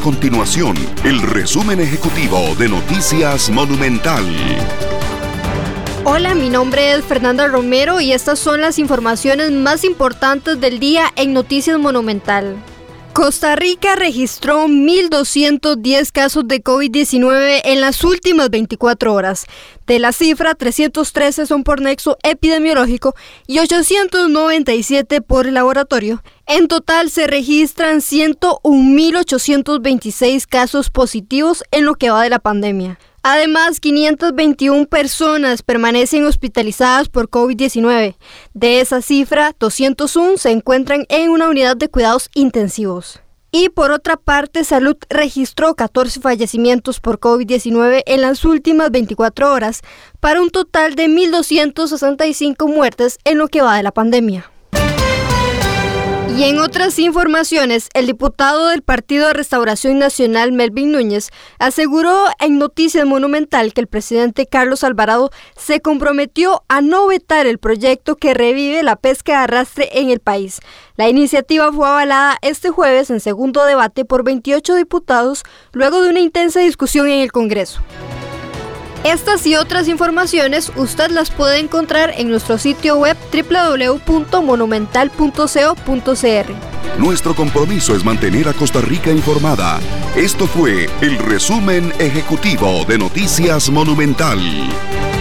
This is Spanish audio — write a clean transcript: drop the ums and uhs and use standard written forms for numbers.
continuación el resumen ejecutivo de Noticias Monumental. Hola, mi nombre es Fernanda Romero y estas son las informaciones más importantes del día en Noticias Monumental. Costa Rica registró 1.210 casos de COVID-19 en las últimas 24 horas. De la cifra, 313 son por nexo epidemiológico y 897 por laboratorio. En total se registran 101.826 casos positivos en lo que va de la pandemia. Además, 521 personas permanecen hospitalizadas por COVID-19. De esa cifra, 201 se encuentran en una unidad de cuidados intensivos. Y por otra parte, Salud registró 14 fallecimientos por COVID-19 en las últimas 24 horas, para un total de 1.265 muertes en lo que va de la pandemia. Y en otras informaciones, el diputado del Partido de Restauración Nacional, Melvin Núñez, aseguró en Noticias Monumental que el presidente Carlos Alvarado se comprometió a no vetar el proyecto que revive la pesca de arrastre en el país. La iniciativa fue avalada este jueves en segundo debate por 28 diputados, luego de una intensa discusión en el Congreso. Estas y otras informaciones usted las puede encontrar en nuestro sitio web www.monumental.co.cr. Nuestro compromiso es mantener a Costa Rica informada. Esto fue el resumen ejecutivo de Noticias Monumental.